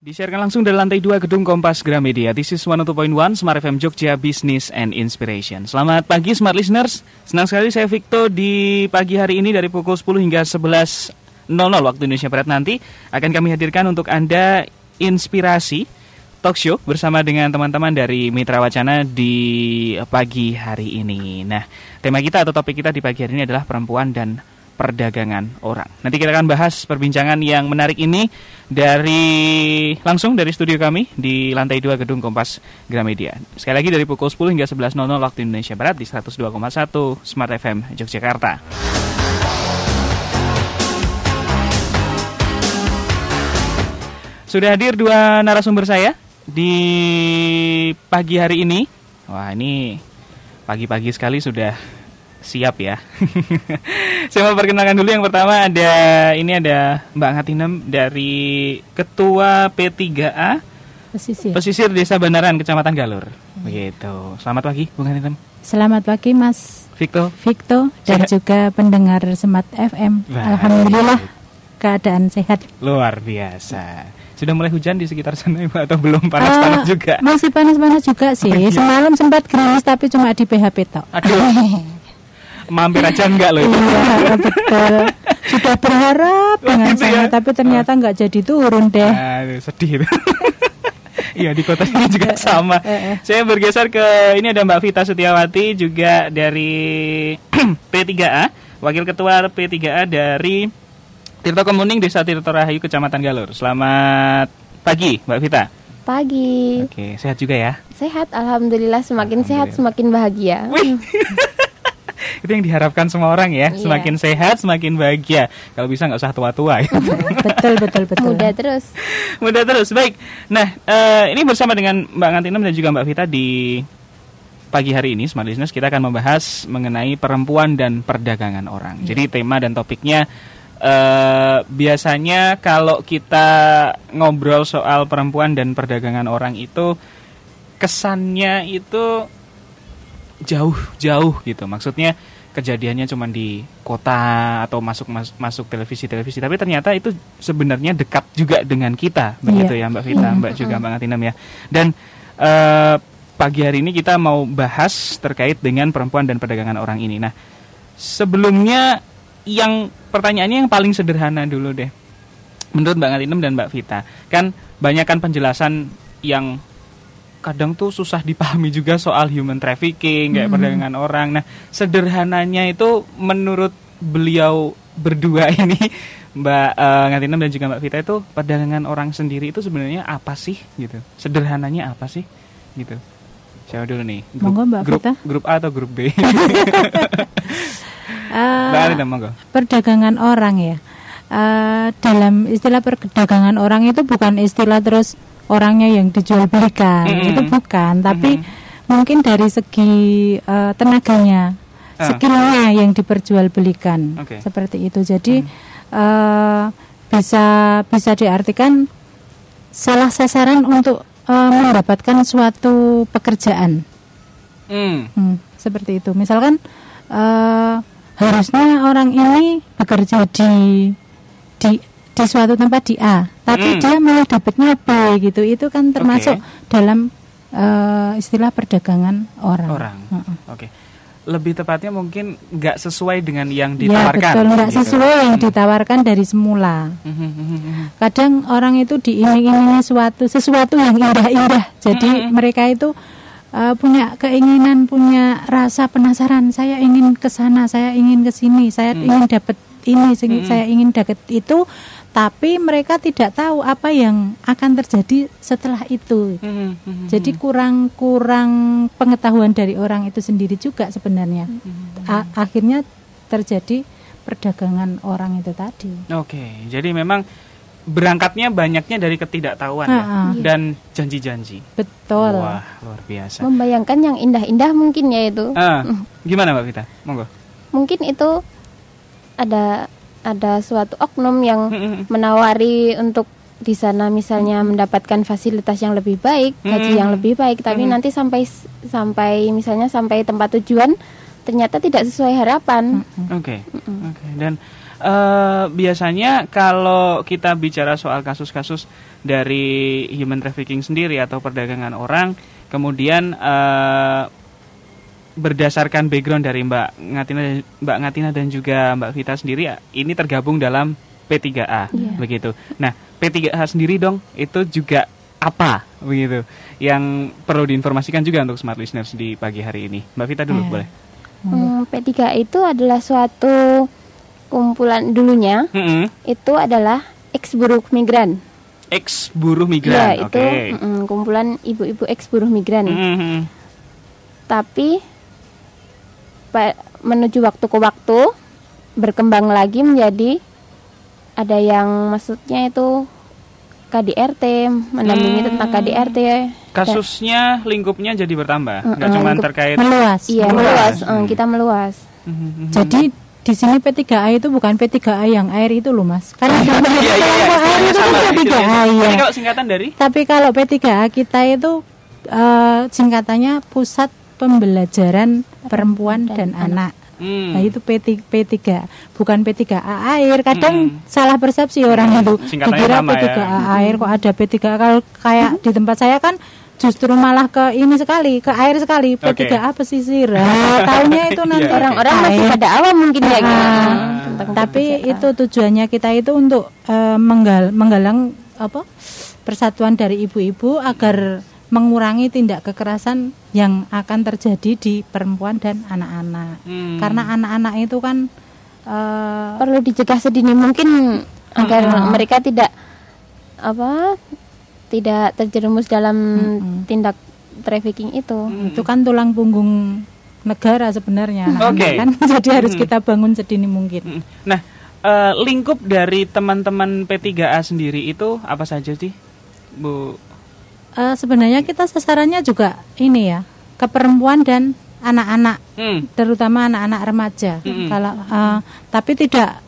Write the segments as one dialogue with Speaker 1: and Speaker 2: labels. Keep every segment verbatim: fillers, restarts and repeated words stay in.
Speaker 1: Disiarkan langsung dari lantai dua gedung Kompas Gramedia. This is one oh two point one Smart F M Jogja Business and Inspiration. Selamat pagi Smart Listeners. Senang sekali saya Victo di pagi hari ini dari pukul sepuluh hingga sebelas waktu Indonesia Barat nanti akan kami hadirkan untuk Anda inspirasi talk show bersama dengan teman-teman dari Mitra Wacana di pagi hari ini. Nah, tema kita atau topik kita di pagi hari ini adalah perempuan dan perdagangan orang. Nanti kita akan bahas perbincangan yang menarik ini dari langsung dari studio kami di lantai dua gedung Kompas Gramedia. Sekali lagi dari pukul sepuluh hingga sebelas waktu Indonesia Barat di seratus dua koma satu Smart F M Yogyakarta. Sudah hadir dua narasumber saya di pagi hari ini. Wah, ini pagi-pagi sekali sudah siap ya. Saya mau perkenalkan dulu yang pertama ada ini ada Mbak Ngatinem dari Ketua P tiga A
Speaker 2: Pesisir.
Speaker 1: Pesisir Desa Bandaran Kecamatan Galur. Hmm. Begitu. Selamat pagi Bu Ngatinem.
Speaker 2: Selamat pagi Mas
Speaker 1: Victo.
Speaker 2: Victo dan sehat? Juga pendengar Smart F M. Baik. Alhamdulillah keadaan sehat.
Speaker 1: Luar biasa. Sudah mulai hujan di sekitar sana atau belum panas-panas uh, juga?
Speaker 2: Masih panas-panas juga sih. Oh, iya. Semalam sempat gerimis tapi cuma di P H P tok.
Speaker 1: Aduh. Mampir aja enggak loh itu.
Speaker 2: Iya, betul. Sudah berharap oh, dengan gitu sana ya? Tapi ternyata oh. enggak jadi turun deh.
Speaker 1: Aduh, sedih. Iya, di kota ini juga sama. Saya bergeser ke ini ada Mbak Vita Setiawati juga dari P tiga A, Wakil Ketua P tiga A dari Tirto Kemuning Desa Tirto Rahayu Kecamatan Galur. Selamat pagi Mbak Vita.
Speaker 3: Pagi.
Speaker 1: Oke, sehat juga ya?
Speaker 3: Sehat, alhamdulillah. Semakin alhamdulillah. Sehat semakin bahagia.
Speaker 1: Wih. Itu yang diharapkan semua orang ya, yeah. Semakin sehat, semakin bahagia. Kalau bisa nggak usah tua-tua ya.
Speaker 2: Betul, betul, betul.
Speaker 3: Muda terus.
Speaker 1: Muda terus, baik. Nah, uh, ini bersama dengan Mbak Ngantinem dan juga Mbak Vita di pagi hari ini, Smart Listeners, kita akan membahas mengenai perempuan dan perdagangan orang. Yeah. Jadi tema dan topiknya uh, biasanya kalau kita ngobrol soal perempuan dan perdagangan orang itu kesannya itu jauh-jauh gitu. Maksudnya kejadiannya cuma di kota atau masuk mas- masuk televisi-televisi, tapi ternyata itu sebenarnya dekat juga dengan kita, begitu yeah. ya Mbak Vita, Mbak juga Mbak Ngatinem ya. Dan uh, pagi hari ini kita mau bahas terkait dengan perempuan dan perdagangan orang ini. Nah, sebelumnya yang pertanyaannya yang paling sederhana dulu deh. Menurut Mbak Ngatinem dan Mbak Vita, kan banyakkan penjelasan yang kadang tuh susah dipahami juga soal human trafficking, kayak hmm. perdagangan orang. Nah, sederhananya itu menurut beliau berdua ini, Mbak uh, Ngatinem dan juga Mbak Vita, itu perdagangan orang sendiri itu sebenarnya apa sih gitu? Sederhananya apa sih gitu? Siapa dulu nih? Grup,
Speaker 2: monggo Mbak
Speaker 1: grup,
Speaker 2: Vita.
Speaker 1: Grup A atau grup B? uh, Mbak Ngatinem, monggo.
Speaker 2: Perdagangan orang ya. Uh, dalam istilah perdagangan orang itu bukan istilah terus orangnya yang dijual belikan, mm-hmm. itu bukan, tapi mm-hmm. mungkin dari segi uh, tenaganya, uh. skillnya yang diperjualbelikan, okay. seperti itu. Jadi mm. uh, bisa bisa diartikan salah sasaran untuk uh, mendapatkan suatu pekerjaan, mm. hmm, seperti itu. Misalkan uh, harusnya orang ini bekerja di di di suatu tempat di A, tapi mm. dia malah dapatnya B gitu. Itu kan termasuk okay. dalam uh, istilah perdagangan orang. Orang. Uh-uh. Oke. Okay. Lebih tepatnya mungkin nggak sesuai dengan yang ditawarkan. Ya betul, nggak gitu. Sesuai yang mm. ditawarkan dari semula. Mm-hmm. Kadang orang itu diiming-imingi suatu sesuatu yang indah-indah. Jadi mm-hmm. mereka itu uh, punya keinginan, punya rasa penasaran. Saya ingin ke sana, saya ingin ke sini, saya mm. ingin dapat ini, mm-hmm. saya ingin dapat itu. Tapi mereka tidak tahu apa yang akan terjadi setelah itu. Mm-hmm. Jadi kurang-kurang pengetahuan dari orang itu sendiri juga sebenarnya. Mm-hmm. A- akhirnya terjadi perdagangan orang itu tadi.
Speaker 1: Oke, jadi memang berangkatnya banyaknya dari ketidaktahuan ya, dan janji-janji.
Speaker 2: Betul.
Speaker 1: Wah, luar biasa.
Speaker 3: Membayangkan yang indah-indah mungkin ya itu.
Speaker 1: Ah, gimana Mbak Vita? Monggo.
Speaker 3: Mungkin itu ada ada suatu oknum yang menawari untuk di sana misalnya mendapatkan fasilitas yang lebih baik, gaji yang lebih baik, tapi nanti sampai sampai misalnya sampai tempat tujuan ternyata tidak sesuai harapan.
Speaker 1: Oke. Okay. Okay. Dan uh, biasanya kalau kita bicara soal kasus-kasus dari human trafficking sendiri atau perdagangan orang, kemudian uh, berdasarkan background dari Mbak Ngatina, Mbak Ngatina dan juga Mbak Vita sendiri, ini tergabung dalam P tiga A, yeah. begitu. Nah, P tiga A sendiri dong, itu juga apa, begitu, yang perlu diinformasikan juga untuk smart listeners di pagi hari ini. Mbak Vita dulu, yeah. boleh?
Speaker 3: Hmm, P tiga A itu adalah suatu kumpulan dulunya, mm-hmm. itu adalah ex buruh migran.
Speaker 1: Ex buruh migran,
Speaker 3: ya,
Speaker 1: oke.
Speaker 3: Okay. Itu mm, kumpulan ibu-ibu ex buruh migran. Mm-hmm. Tapi pa, menuju waktu ke waktu berkembang lagi menjadi ada yang maksudnya itu K D R T, mendampingi hmm. tentang K D R T.
Speaker 1: Kasusnya, lingkupnya jadi bertambah, nggak
Speaker 3: mm,
Speaker 1: cuma terkait
Speaker 2: meluas.
Speaker 3: Iya, meluas. meluas. Hmm. Kita meluas.
Speaker 2: Hmm. Jadi di sini P tiga A itu bukan P tiga A yang air itu loh, Mas. Karena
Speaker 1: iya, iya, iya,
Speaker 2: air itu kan P tiga A ya.
Speaker 1: Tapi kalau singkatan dari? Tapi
Speaker 2: kalau P tiga A kita itu uh, singkatannya Pusat Pembelajaran Perempuan dan, dan Anak. Hmm. Nah itu P tiga, bukan P tiga A air. Kadang hmm. salah persepsi orang itu. Dikira P tiga A ya. Air, kok ada P tiga A. Kalau kayak hmm. di tempat saya kan justru malah ke ini sekali, ke air sekali. P tiga A okay. pesisir. Nah, taunya itu nanti yeah, orang-orang okay. masih pada awam mungkin ya. Nah, tapi itu tujuannya kita itu untuk uh, menggal, menggalang apa persatuan dari ibu-ibu agar mengurangi tindak kekerasan yang akan terjadi di perempuan dan anak-anak. Hmm. Karena anak-anak itu kan uh,
Speaker 3: perlu dicegah sedini mungkin agar uh-uh. mereka tidak apa tidak terjerumus dalam uh-uh. tindak trafficking itu.
Speaker 2: Hmm. Itu kan tulang punggung negara sebenarnya.
Speaker 1: Okay.
Speaker 2: Kan jadi harus hmm. kita bangun sedini mungkin.
Speaker 1: Hmm. Nah, uh, lingkup dari teman-teman P tiga A sendiri itu apa saja sih, Bu?
Speaker 2: Uh, sebenarnya kita sasarannya juga ini ya, ke perempuan dan anak-anak, hmm. terutama anak-anak remaja. Hmm. Kalau uh, tapi tidak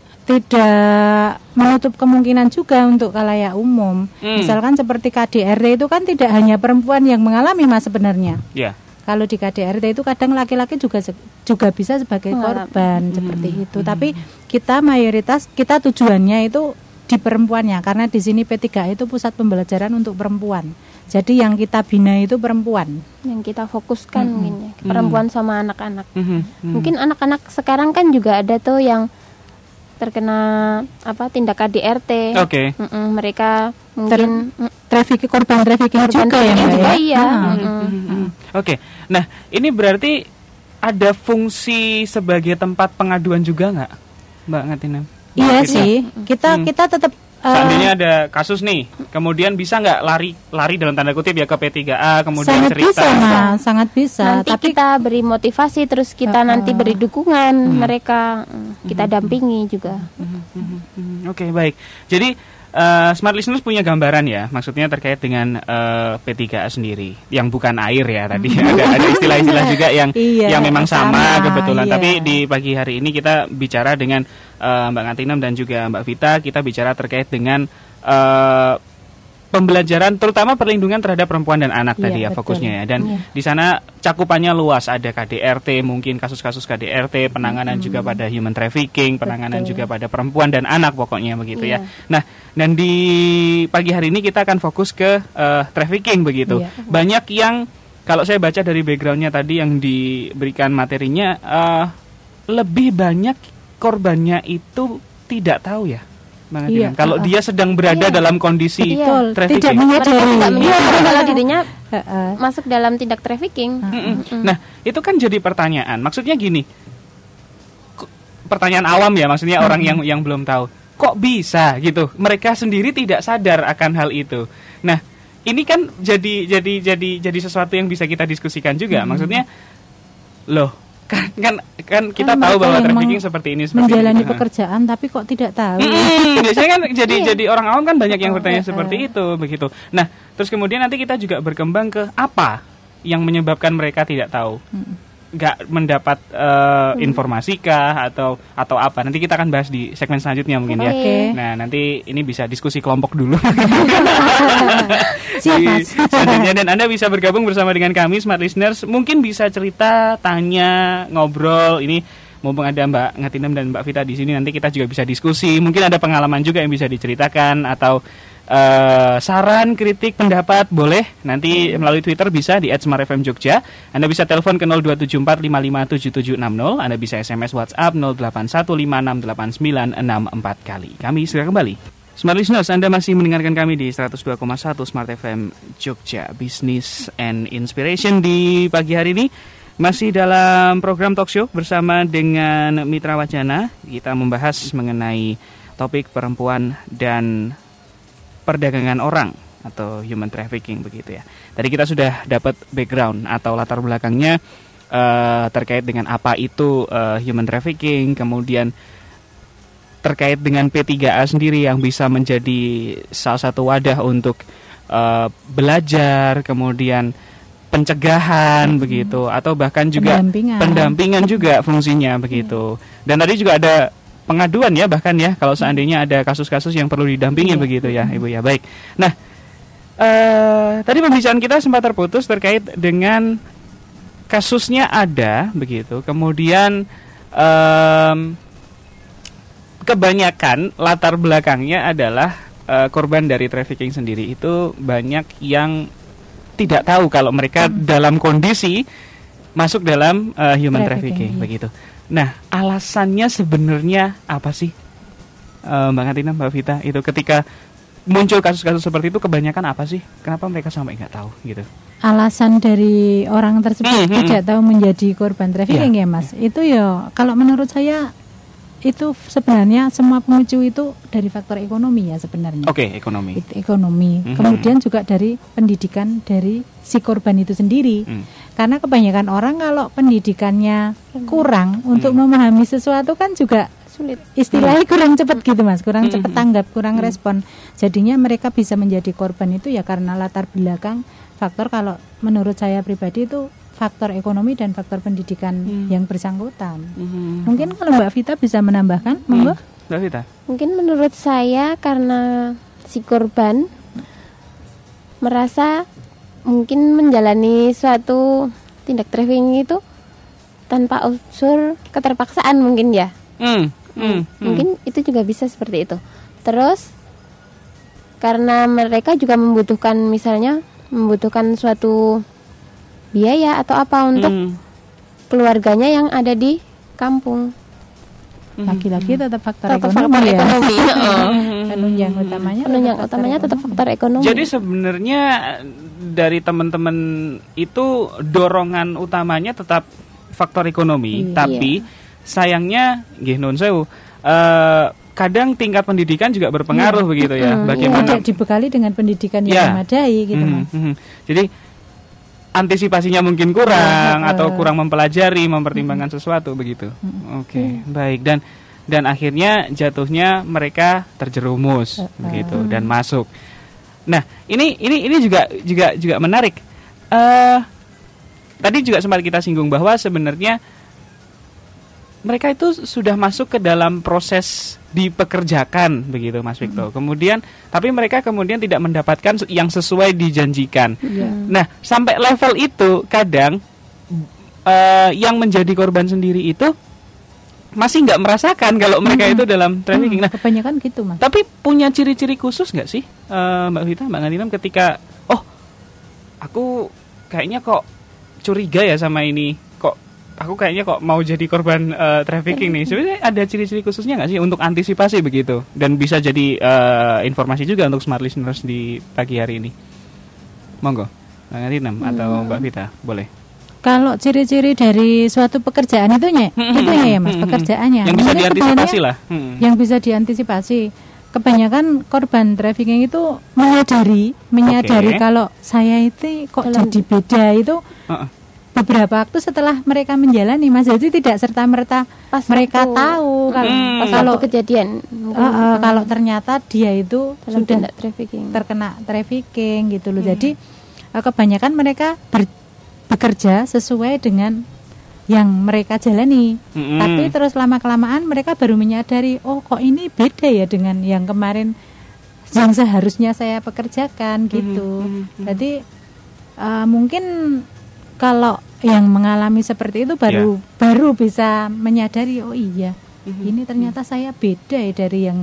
Speaker 2: tidak menutup kemungkinan juga untuk khalayak umum. Hmm. Misalkan seperti K D R T itu kan tidak hanya perempuan yang mengalami, Mas, sebenarnya.
Speaker 1: Yeah. Kalau
Speaker 2: di K D R T itu kadang laki-laki juga juga bisa sebagai korban hmm. seperti itu. Hmm. Tapi kita mayoritas kita tujuannya itu di perempuannya, karena di sini P tiga A itu pusat pembelajaran untuk perempuan. Jadi yang kita bina itu perempuan.
Speaker 3: Yang kita fokuskan mm-hmm. mungkin ya, perempuan mm-hmm. sama anak-anak.
Speaker 1: Mm-hmm.
Speaker 3: Mungkin anak-anak sekarang kan juga ada tuh yang terkena apa tindak K D R T.
Speaker 1: Oke. Okay.
Speaker 3: Mereka mungkin
Speaker 2: Ter- trafficking, korban trafficking
Speaker 3: korban
Speaker 2: juga ya,
Speaker 3: juga
Speaker 2: ya?
Speaker 3: Iya.
Speaker 1: Mm-hmm. Mm-hmm. Oke. Okay. Nah, ini berarti ada fungsi sebagai tempat pengaduan juga nggak, Mbak Ngatina?
Speaker 2: Iya kita? sih. Kita hmm. kita tetap
Speaker 1: seandainya uh, ada kasus nih, kemudian bisa nggak lari lari dalam tanda kutip ya ke P tiga A, kemudian
Speaker 2: sangat
Speaker 1: cerita.
Speaker 2: Bisa, nah, sangat bisa.
Speaker 3: Nanti
Speaker 2: tapi
Speaker 3: kita beri motivasi, terus kita uh, nanti beri dukungan hmm. mereka, kita dampingi juga.
Speaker 1: Hmm. Hmm. Hmm. Oke, okay, baik. Jadi uh, smart listeners punya gambaran ya, maksudnya terkait dengan uh, P tiga A sendiri, yang bukan air ya tadi. ada ada istilah-istilah juga yang iya, yang memang sama, sama kebetulan. Iya. Tapi di pagi hari ini kita bicara dengan Uh, Mbak Ngatina dan juga Mbak Vita, kita bicara terkait dengan uh, pembelajaran, terutama perlindungan terhadap perempuan dan anak iya, tadi ya betul. Fokusnya ya. Dan iya. di sana cakupannya luas, ada K D R T, mungkin kasus-kasus K D R T, penanganan hmm. juga pada human trafficking, penanganan betul. juga pada perempuan dan anak pokoknya begitu iya. ya. Nah, dan di pagi hari ini kita akan fokus ke uh, trafficking begitu. Iya. Banyak yang kalau saya baca dari backgroundnya tadi yang diberikan materinya, uh, lebih banyak korbannya itu tidak tahu ya, Bang iya, kalau uh, dia sedang berada iya, dalam kondisi
Speaker 2: betul,
Speaker 1: trafficking.
Speaker 2: Tidak menyadari.
Speaker 3: Tidak menyadari kalau dirinya uh, uh. masuk dalam tindak trafficking.
Speaker 1: Uh, uh, uh. Nah, itu kan jadi pertanyaan. Maksudnya gini, pertanyaan awam ya, maksudnya uh, orang yang yang belum tahu. Kok bisa gitu? Mereka sendiri tidak sadar akan hal itu. Nah, ini kan jadi jadi jadi jadi sesuatu yang bisa kita diskusikan juga. Uh, Maksudnya, loh. Kan, kan kan kita kan tahu bahwa trafficking seperti ini seperti
Speaker 2: menjalani
Speaker 1: ini.
Speaker 2: pekerjaan tapi kok tidak tahu.
Speaker 1: Hmm, biasanya kan jadi jadi orang awam kan banyak yang bertanya seperti itu begitu. Nah, terus kemudian nanti kita juga berkembang ke apa yang menyebabkan mereka tidak tahu. Nggak mendapat uh, informasi kah atau atau apa? Nanti kita akan bahas di segmen selanjutnya mungkin ya.
Speaker 2: Okay.
Speaker 1: Nah, nanti ini bisa diskusi kelompok dulu.
Speaker 2: Siap,
Speaker 1: selanjutnya, dan Anda bisa bergabung bersama dengan kami Smart Listeners. Mungkin bisa cerita, tanya, ngobrol. Ini mumpung ada Mbak Ngatina dan Mbak Vita di sini, nanti kita juga bisa diskusi. Mungkin ada pengalaman juga yang bisa diceritakan atau uh, saran, kritik, pendapat boleh nanti melalui Twitter bisa di et smart f m jogja. Anda bisa telepon ke nol dua tujuh empat lima lima tujuh tujuh enam nol. Anda bisa S M S WhatsApp nol delapan satu lima enam delapan sembilan enam empat kali. Kami segera kembali. Smart Listeners, Anda masih mendengarkan kami di seratus dua koma satu Smart F M Jogja, Business and Inspiration. Di pagi hari ini masih dalam program talk show bersama dengan Mitra Wacana. Kita membahas mengenai topik perempuan dan perdagangan orang atau human trafficking begitu ya. Tadi kita sudah dapat background atau latar belakangnya uh, terkait dengan apa itu uh, human trafficking, kemudian terkait dengan P tiga A sendiri yang bisa menjadi salah satu wadah untuk uh, belajar, kemudian pencegahan hmm. begitu, atau bahkan juga
Speaker 2: pendampingan,
Speaker 1: pendampingan juga fungsinya begitu. Dan tadi juga ada pengaduan ya bahkan ya kalau seandainya ada kasus-kasus yang perlu didampingi hmm. begitu ya Ibu ya. Baik. Nah, uh, tadi pembicaraan kita sempat terputus terkait dengan kasusnya ada begitu. Kemudian um, kebanyakan latar belakangnya adalah uh, korban dari trafficking sendiri itu banyak yang tidak tahu kalau mereka hmm. dalam kondisi masuk dalam uh, human trafficking, trafficking begitu. Nah, alasannya sebenarnya apa sih, uh, Mbak Katina, Mbak Vita, itu ketika muncul kasus-kasus seperti itu kebanyakan apa sih? Kenapa mereka sampai nggak tahu gitu?
Speaker 2: Alasan dari orang tersebut hmm, tidak hmm. tahu menjadi korban trafficking ya, ya Mas. Ya. Itu ya kalau menurut saya itu sebenarnya semua pemicu itu dari faktor ekonomi ya sebenarnya.
Speaker 1: Oke, okay, ekonomi.
Speaker 2: Itu ekonomi. Mm-hmm. Kemudian juga dari pendidikan dari si korban itu sendiri. Mm. Karena kebanyakan orang kalau pendidikannya kurang mm. untuk memahami sesuatu kan juga sulit. Istilahnya mm. kurang cepat gitu Mas, kurang mm-hmm. cepat tanggap, kurang mm. respon. Jadinya mereka bisa menjadi korban itu ya karena latar belakang faktor, kalau menurut saya pribadi itu faktor ekonomi dan faktor pendidikan hmm. yang bersangkutan. Hmm. Mungkin kalau Mbak Vita bisa menambahkan, monggo.
Speaker 1: Hmm. Mbak Vita.
Speaker 3: Mungkin menurut saya karena si korban merasa mungkin menjalani suatu tindak trafficking itu tanpa unsur keterpaksaan mungkin ya. Hmm. Hmm. Mungkin hmm. itu juga bisa seperti itu. Terus karena mereka juga membutuhkan misalnya membutuhkan suatu biaya atau apa untuk hmm. keluarganya yang ada di kampung.
Speaker 2: Laki-laki tetap faktor
Speaker 3: tetap
Speaker 2: ekonomi,
Speaker 3: faktor
Speaker 2: ya.
Speaker 3: ekonomi. oh.
Speaker 2: Penunjang utamanya
Speaker 3: penunjang tetap utamanya tetap faktor ekonomi.
Speaker 1: Jadi sebenarnya dari teman-teman itu dorongan utamanya tetap faktor ekonomi, iya. tapi sayangnya nggih nun sewu, uh, kadang tingkat pendidikan juga berpengaruh hmm. begitu ya.
Speaker 2: Hmm.
Speaker 1: Bagaimana
Speaker 2: tidak dibekali dengan pendidikan yang
Speaker 1: ya.
Speaker 2: memadai gitu
Speaker 1: hmm.
Speaker 2: Mas.
Speaker 1: Hmm. Jadi antisipasinya mungkin kurang uh, uh, atau kurang mempelajari, mempertimbangkan uh, sesuatu begitu. Uh, Oke, okay, uh, baik. Dan dan akhirnya jatuhnya mereka terjerumus uh, uh, begitu dan masuk. Nah, ini ini ini juga juga juga menarik. Uh, tadi juga sempat kita singgung bahwa sebenarnya mereka itu sudah masuk ke dalam proses dipekerjakan begitu Mas Victor. Hmm. Kemudian tapi mereka kemudian tidak mendapatkan yang sesuai dijanjikan. Yeah. Nah, sampai level itu kadang uh, yang menjadi korban sendiri itu masih nggak merasakan kalau mereka hmm. itu dalam trafficking.
Speaker 2: Hmm, nah, kebanyakan gitu Mas.
Speaker 1: Tapi punya ciri-ciri khusus nggak sih uh, Mbak Vita, Mbak Ngatinam ketika oh aku kayaknya kok curiga ya sama ini. Aku kayaknya kok mau jadi korban uh, trafficking nih. Sebenarnya ada ciri-ciri khususnya nggak sih untuk antisipasi begitu? Dan bisa jadi uh, informasi juga untuk smart listeners di pagi hari ini. Monggo, Mbak Ngatinam hmm. atau Mbak Vita, boleh.
Speaker 2: Kalau ciri-ciri dari suatu pekerjaan itunya, hmm. itu ya Mas, pekerjaannya.
Speaker 1: Yang bisa Mungkin diantisipasi lah.
Speaker 2: Hmm. Yang bisa diantisipasi. Kebanyakan korban trafficking itu menyadari, menyadari okay. kalau saya itu kok Dalam. jadi beda itu. Uh-uh. Beberapa waktu setelah mereka menjalani Mas, jadi tidak serta-merta pas mereka waktu, tahu kalau hmm,
Speaker 3: pas
Speaker 2: kalau
Speaker 3: kejadian
Speaker 2: uh, uh, kalau ternyata dia itu
Speaker 3: Dalam
Speaker 2: sudah
Speaker 3: trafficking.
Speaker 2: terkena trafficking gitu loh. Hmm. Jadi uh, kebanyakan mereka ber, bekerja sesuai dengan yang mereka jalani. Hmm. Tapi terus lama-kelamaan mereka baru menyadari, oh kok ini beda ya dengan yang kemarin yang seharusnya saya pekerjakan gitu. Hmm. Hmm. Jadi uh, mungkin kalau yang mengalami seperti itu baru yeah. baru bisa menyadari, oh iya mm-hmm. ini ternyata saya beda ya dari yang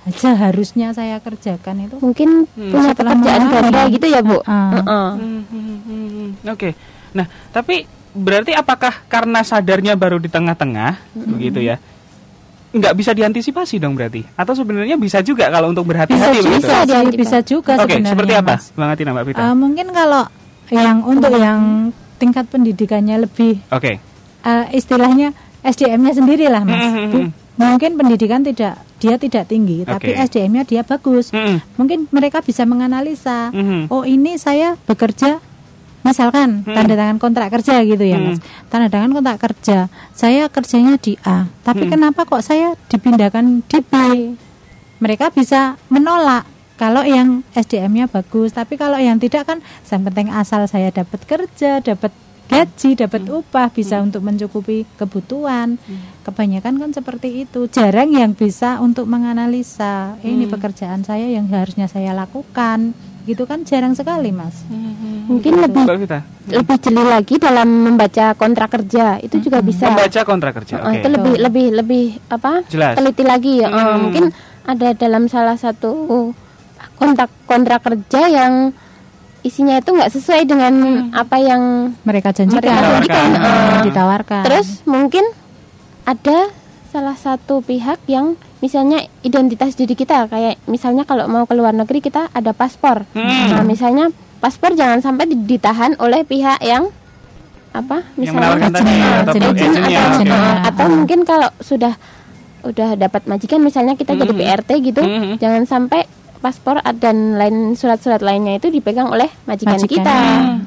Speaker 2: aja harusnya saya kerjakan itu.
Speaker 3: Mungkin
Speaker 1: Hmm,
Speaker 3: punya
Speaker 2: setelah
Speaker 3: pekerjaan
Speaker 2: mengalami.
Speaker 3: ganda gitu ya, Bu.
Speaker 2: Uh-uh.
Speaker 3: Uh-uh.
Speaker 1: Hmm, hmm, hmm, hmm. Oke. Nah, tapi berarti apakah karena sadarnya baru di tengah-tengah,
Speaker 3: Mm-hmm.
Speaker 1: begitu ya? Nggak bisa diantisipasi dong berarti? Atau sebenarnya bisa juga kalau untuk
Speaker 2: Bisa,
Speaker 1: berhati-hati begitu?
Speaker 3: bisa. diantisipasi.
Speaker 2: bisa juga
Speaker 1: Oke,
Speaker 2: sebenarnya.
Speaker 1: seperti apa?
Speaker 2: Mas.
Speaker 1: Bang Atina, Mbak Vita.
Speaker 2: Uh, mungkin kalau yang untuk yang tingkat pendidikannya lebih
Speaker 1: Oke.
Speaker 2: uh, istilahnya S D M-nya sendiri lah, Mas.
Speaker 1: Mm-hmm.
Speaker 2: Bu- mungkin pendidikan tidak dia tidak tinggi, tapi
Speaker 1: Oke.
Speaker 2: S D M-nya dia bagus.
Speaker 1: Mm-mm.
Speaker 2: Mungkin mereka bisa menganalisa.
Speaker 1: Mhm.
Speaker 2: Oh, ini saya bekerja misalkan
Speaker 1: Hmm.
Speaker 2: tanda tangan kontrak kerja gitu ya, Mas. Tanda tangan kontrak kerja. Saya kerjanya di A, tapi
Speaker 1: Hmm.
Speaker 2: kenapa kok saya dipindahkan di B? Mereka bisa menolak kalau yang S D M-nya bagus, tapi kalau yang tidak kan yang penting asal saya dapat kerja, dapat gaji, dapat upah, bisa untuk mencukupi kebutuhan. Kebanyakan kan seperti itu. Jarang yang bisa untuk menganalisa, eh, ini pekerjaan saya yang harusnya saya lakukan. Gitu kan jarang sekali, Mas.
Speaker 3: Mungkin lebih
Speaker 1: Mbak Vita.
Speaker 3: lebih jeli lagi dalam membaca kontrak kerja. Itu juga bisa.
Speaker 1: Membaca kontrak kerja.
Speaker 3: Uh,
Speaker 1: Oke.
Speaker 3: itu lebih lebih lebih apa?
Speaker 1: Jelas.
Speaker 3: Teliti lagi ya. Uh,
Speaker 1: Hmm.
Speaker 3: mungkin ada dalam salah satu kontrak kontrak kerja yang isinya itu nggak sesuai dengan apa yang
Speaker 2: Mereka janjikan,
Speaker 3: mereka janjikan.
Speaker 1: Ditawarkan.
Speaker 3: Uh,
Speaker 2: ditawarkan.
Speaker 3: Terus mungkin ada salah satu pihak yang misalnya identitas diri kita, kayak misalnya kalau mau ke luar negeri kita ada paspor.
Speaker 1: Hmm.
Speaker 3: Nah, misalnya paspor jangan sampai di- ditahan oleh pihak yang apa?
Speaker 1: Yang
Speaker 3: Misalnya
Speaker 1: menawarkan tadi
Speaker 2: Agennya,
Speaker 1: atau
Speaker 2: agen-
Speaker 3: agent
Speaker 1: agennya.
Speaker 3: atau,
Speaker 1: Oke.
Speaker 2: agennya.
Speaker 3: atau mungkin kalau sudah udah dapat majikan misalnya kita jadi
Speaker 1: Mhm.
Speaker 3: P R T gitu,
Speaker 1: Mhm.
Speaker 3: jangan sampai paspor dan lain surat-surat lainnya itu dipegang oleh majikan,
Speaker 2: Majikan.
Speaker 3: kita.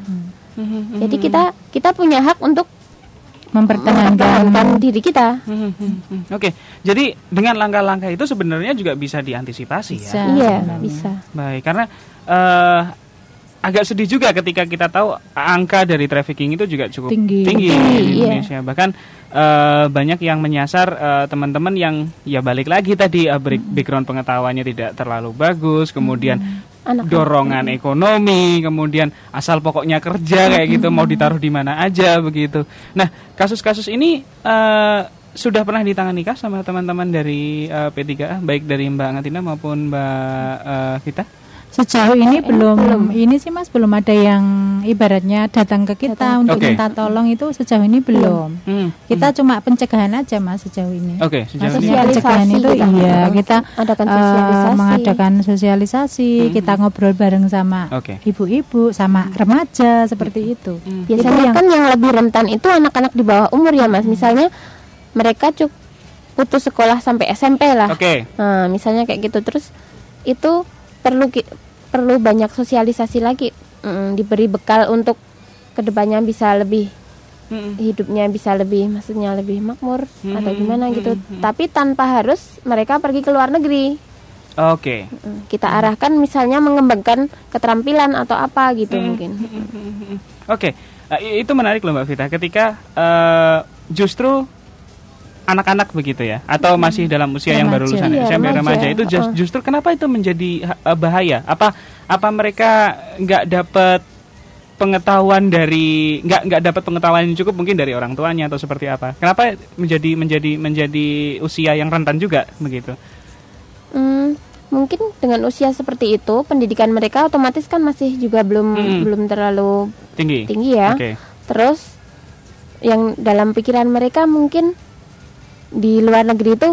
Speaker 1: Hmm.
Speaker 3: Jadi kita kita punya hak untuk
Speaker 2: mempertahankan
Speaker 3: mempertahankan diri kita.
Speaker 1: Hmm, hmm, hmm. Oke, jadi dengan langkah-langkah itu sebenarnya juga bisa diantisipasi
Speaker 2: Bisa.
Speaker 1: ya.
Speaker 3: Iya,
Speaker 2: sebenarnya.
Speaker 3: bisa.
Speaker 1: Baik, karena eh, agak sedih juga ketika kita tahu angka dari trafficking itu juga cukup
Speaker 2: Tinggi.
Speaker 1: tinggi,
Speaker 3: Tinggi,
Speaker 1: di
Speaker 3: iya.
Speaker 1: Indonesia. Bahkan eh, banyak yang menyasar eh, teman-teman yang ya balik lagi tadi eh, break- background pengetahuannya tidak terlalu bagus, kemudian
Speaker 3: Anak
Speaker 1: dorongan ekonomi, kemudian asal pokoknya kerja kayak gitu, mau ditaruh di mana aja begitu. Nah, kasus-kasus ini eh, sudah pernah ditangani kah sama teman-teman dari eh, P tiga A, baik dari Mbak Ngatina maupun Mbak eh, Vita?
Speaker 2: Sejauh ini
Speaker 3: Eh,
Speaker 2: belum,
Speaker 3: belum.
Speaker 2: ini sih Mas belum ada yang ibaratnya datang ke kita
Speaker 3: Datang.
Speaker 2: untuk
Speaker 1: Oke.
Speaker 2: minta tolong, itu sejauh ini belum.
Speaker 1: Hmm.
Speaker 2: Kita cuma pencegahan aja Mas sejauh ini.
Speaker 1: Oke, sejauh ini.
Speaker 2: Maksudnya
Speaker 3: Sosialisasi
Speaker 2: pencegahan itu
Speaker 3: kita.
Speaker 2: iya kita
Speaker 3: Adakan
Speaker 2: eh,
Speaker 3: sosialisasi.
Speaker 2: mengadakan sosialisasi,
Speaker 1: Hmm.
Speaker 2: kita ngobrol bareng sama
Speaker 1: Oke.
Speaker 2: ibu-ibu, sama remaja seperti itu.
Speaker 3: Biasanya
Speaker 2: Itu yang-
Speaker 3: kan yang lebih rentan itu anak-anak di bawah umur ya, Mas. Misalnya mereka cuk putus sekolah sampai S M P lah.
Speaker 1: Oke.
Speaker 3: Nah, misalnya kayak gitu, terus itu perlu ki- perlu banyak sosialisasi lagi, Mm, diberi bekal untuk kedepannya bisa lebih
Speaker 1: Hmm.
Speaker 3: hidupnya bisa lebih, maksudnya lebih makmur
Speaker 1: Hmm,
Speaker 3: atau gimana
Speaker 1: hmm,
Speaker 3: gitu.
Speaker 1: hmm.
Speaker 3: Tapi tanpa harus mereka pergi ke luar negeri.
Speaker 1: Oke.
Speaker 3: Mm, Kita arahkan misalnya mengembangkan keterampilan atau apa gitu mungkin.
Speaker 1: Oke, Eh, itu menarik loh Mbak Vita. Ketika eh, justru anak-anak begitu ya, atau masih dalam usia yang baru
Speaker 2: Remaja.
Speaker 1: lulusan
Speaker 3: Iya,
Speaker 1: S M P remaja,
Speaker 3: remaja.
Speaker 1: itu just-
Speaker 3: Uh-uh.
Speaker 1: justru kenapa itu menjadi ha- bahaya? Apa apa mereka nggak dapat pengetahuan dari nggak nggak dapat pengetahuan yang cukup mungkin dari orang tuanya atau seperti apa? Kenapa menjadi menjadi menjadi usia yang rentan juga begitu?
Speaker 3: Hmm, mungkin dengan usia seperti itu pendidikan mereka otomatis kan masih juga belum
Speaker 1: Mm-mm.
Speaker 3: belum terlalu
Speaker 1: Tinggi.
Speaker 3: tinggi ya.
Speaker 1: Oke.
Speaker 3: Terus yang dalam pikiran mereka mungkin di luar negeri itu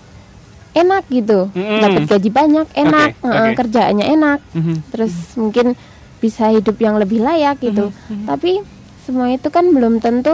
Speaker 3: enak gitu,
Speaker 1: Mm-mm.
Speaker 3: dapat gaji banyak, enak,
Speaker 1: Oke,
Speaker 3: eh,
Speaker 1: oke.
Speaker 3: kerjaannya enak,
Speaker 1: Mhm.
Speaker 3: terus mungkin bisa hidup yang lebih layak gitu.
Speaker 1: Mhm, mhm.
Speaker 3: Tapi semua itu kan belum tentu